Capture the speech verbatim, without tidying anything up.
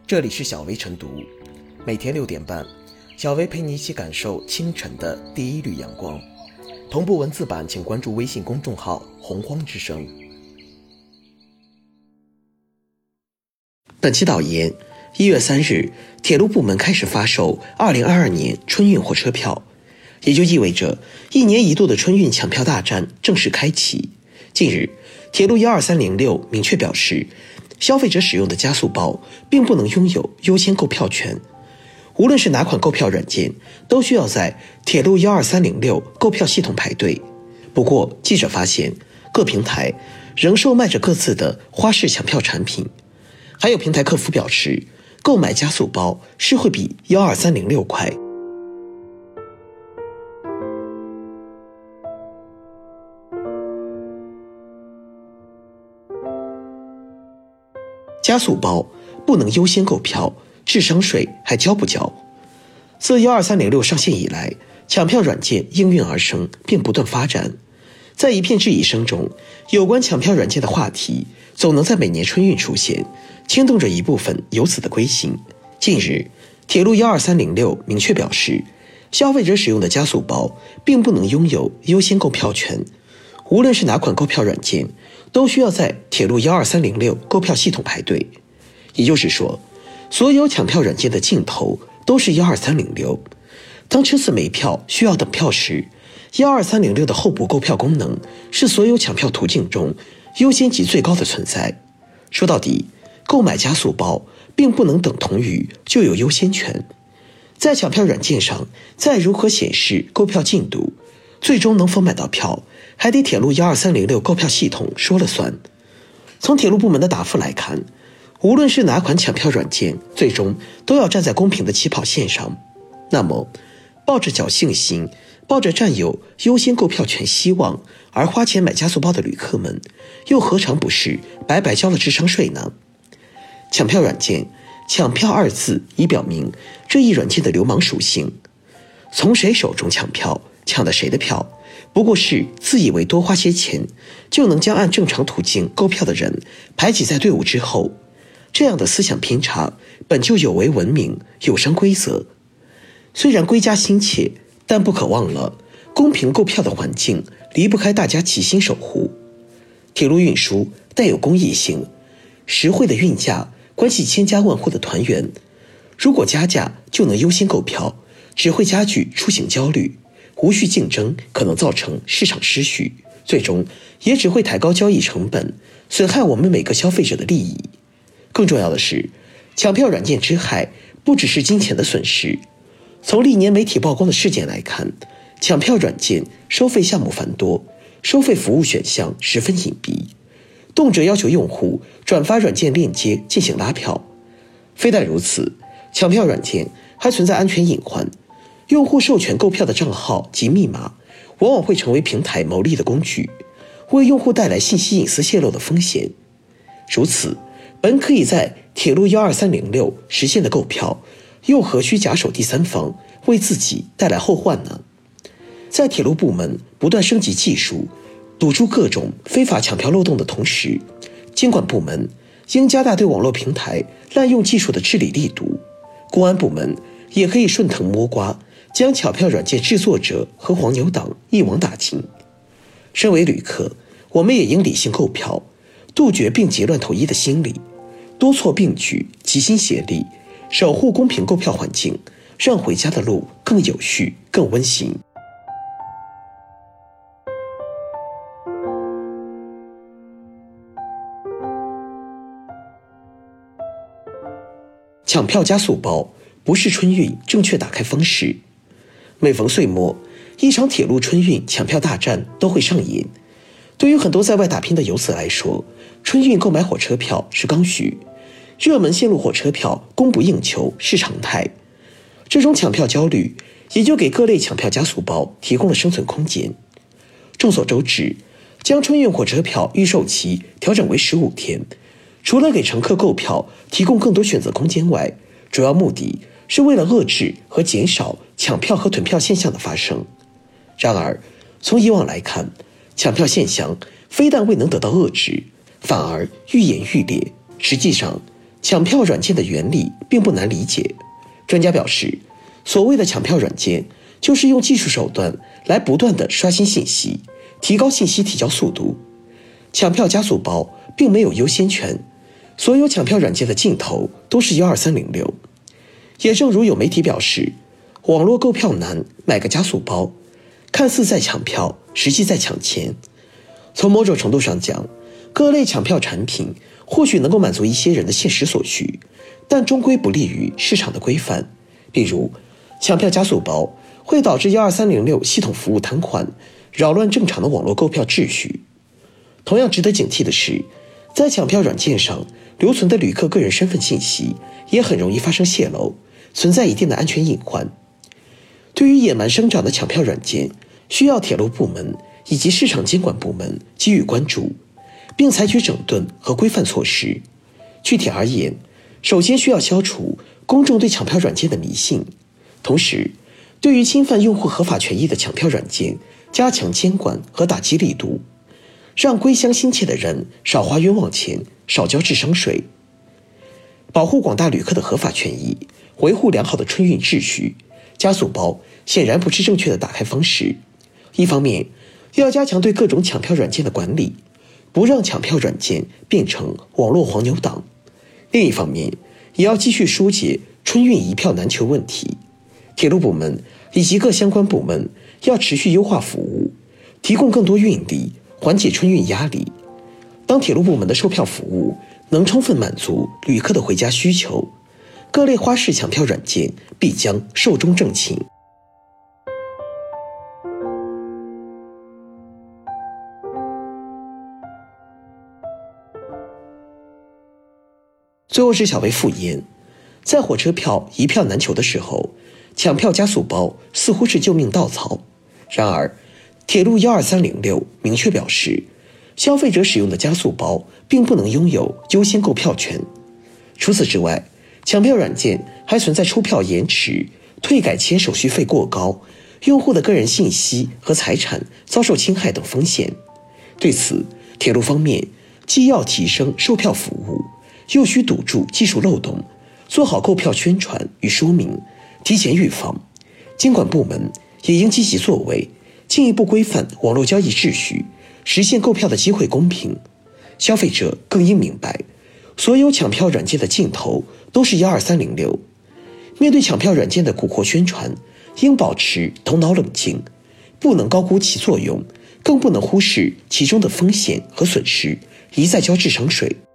这里是小薇晨读，每天六点半，小薇陪你一起感受清晨的第一缕阳光。同步文字版请关注微信公众号洪荒之声。本期导言：一月三日，铁路部门开始发售二零二二年春运火车票，也就意味着一年一度的春运抢票大战正式开启。近日，铁路一二三零六明确表示，消费者使用的加速包并不能拥有优先购票权，无论是哪款购票软件，都需要在铁路一二三零六购票系统排队。不过，记者发现，各平台仍售卖着各自的花式抢票产品，还有平台客服表示，购买加速包是会比一二三零六快。加速包不能优先购票，智商税还交不交？自一二三零六上线以来，抢票软件应运而生，并不断发展。在一片质疑声中，有关抢票软件的话题总能在每年春运出现，牵动着一部分游子的归心。近日，铁路一二三零六明确表示，消费者使用的加速包并不能拥有优先购票权，无论是哪款购票软件，都需要在铁路一二三零六购票系统排队。也就是说，所有抢票软件的尽头都是一二三零六。当车次没票需要等票时，一二三零六的候补购票功能是所有抢票途径中优先级最高的存在。说到底，购买加速包并不能等同于就有优先权。在抢票软件上再如何显示购票进度，最终能否买到票，还得铁路一二三零六购票系统说了算。从铁路部门的答复来看，无论是哪款抢票软件，最终都要站在公平的起跑线上。那么，抱着侥幸心，抱着占有优先购票权希望而花钱买加速包的旅客们，又何尝不是白白交了智商税呢？抢票软件，抢票二字已表明这一软件的流氓属性。从谁手中抢票，抢的谁的票，不过是自以为多花些钱就能将按正常途径购票的人排挤在队伍之后。这样的思想偏差本就有违文明，有伤规则。虽然归家心切，但不可忘了公平购票的环境离不开大家齐心守护。铁路运输带有公益性，实惠的运价关系千家万户的团圆。如果加价就能优先购票，只会加剧出行焦虑，无序竞争可能造成市场失序，最终也只会抬高交易成本，损害我们每个消费者的利益。更重要的是，抢票软件之害不只是金钱的损失。从历年媒体曝光的事件来看，抢票软件收费项目繁多，收费服务选项十分隐蔽，动辄要求用户转发软件链接进行拉票。非但如此，抢票软件还存在安全隐患，用户授权购票的账号及密码往往会成为平台牟利的工具，为用户带来信息隐私泄露的风险。如此，本可以在铁路一二三零六实现的购票，又何须假手第三方，为自己带来后患呢？在铁路部门不断升级技术，堵住各种非法抢票漏洞的同时，监管部门应加大对网络平台滥用技术的治理力度。公安部门也可以顺藤摸瓜，将抢票软件制作者和黄牛党一网打尽。身为旅客，我们也应理性购票，杜绝病急乱投医的心理，多措并举，齐心协力，守护公平购票环境，让回家的路更有序、更温馨。抢票加速包不是春运正确打开方式。每逢岁末，一场铁路春运抢票大战都会上演。对于很多在外打拼的游子来说，春运购买火车票是刚需，热门线路火车票供不应求是常态。这种抢票焦虑也就给各类抢票加速包提供了生存空间。众所周知，将春运火车票预售期调整为十五天，除了给乘客购票提供更多选择空间外，主要目的是为了遏制和减少抢票和囤票现象的发生。然而，从以往来看，抢票现象非但未能得到遏制，反而愈演愈烈。实际上， 抢票软件的原理并不难理解。专家表示，所谓的抢票软件就是用技术手段来不断的刷新信息，提高信息提交速度。抢票加速包并没有优先权，所有抢票软件的尽头都是一二三零六。也正如有媒体表示，网络购票难，买个加速包，看似在抢票，实际在抢钱。从某种程度上讲，各类抢票产品或许能够满足一些人的现实所需，但终归不利于市场的规范。比如，抢票加速包会导致一二三零六系统服务瘫痪，扰乱正常的网络购票秩序。同样值得警惕的是，在抢票软件上留存的旅客个人身份信息也很容易发生泄露，存在一定的安全隐患。对于野蛮生长的抢票软件，需要铁路部门以及市场监管部门给予关注，并采取整顿和规范措施。具体而言，首先需要消除公众对抢票软件的迷信，同时对于侵犯用户合法权益的抢票软件加强监管和打击力度，让归乡心切的人少花冤枉钱，少交智商税。保护广大旅客的合法权益，维护良好的春运秩序，加速包显然不是正确的打开方式。一方面，要加强对各种抢票软件的管理，不让抢票软件变成网络黄牛党；另一方面，也要继续疏解春运一票难求问题。铁路部门以及各相关部门要持续优化服务，提供更多运力，缓解春运压力。当铁路部门的售票服务能充分满足旅客的回家需求，各类花式抢票软件必将寿终正寝。最后是小薇复言，在火车票一票难求的时候，抢票加速包似乎是救命稻草。然而，铁路一二三零六明确表示，消费者使用的加速包并不能拥有优先购票权。除此之外，抢票软件还存在出票延迟、退改签手续费过高、用户的个人信息和财产遭受侵害等风险。对此，铁路方面既要提升售票服务，又需堵住技术漏洞，做好购票宣传与说明，提前预防。监管部门也应积极作为，进一步规范网络交易秩序，实现购票的机会公平。消费者更应明白，所有抢票软件的尽头都是一二三零六。面对抢票软件的蛊惑宣传，应保持头脑冷静，不能高估其作用，更不能忽视其中的风险和损失，一再交智商税。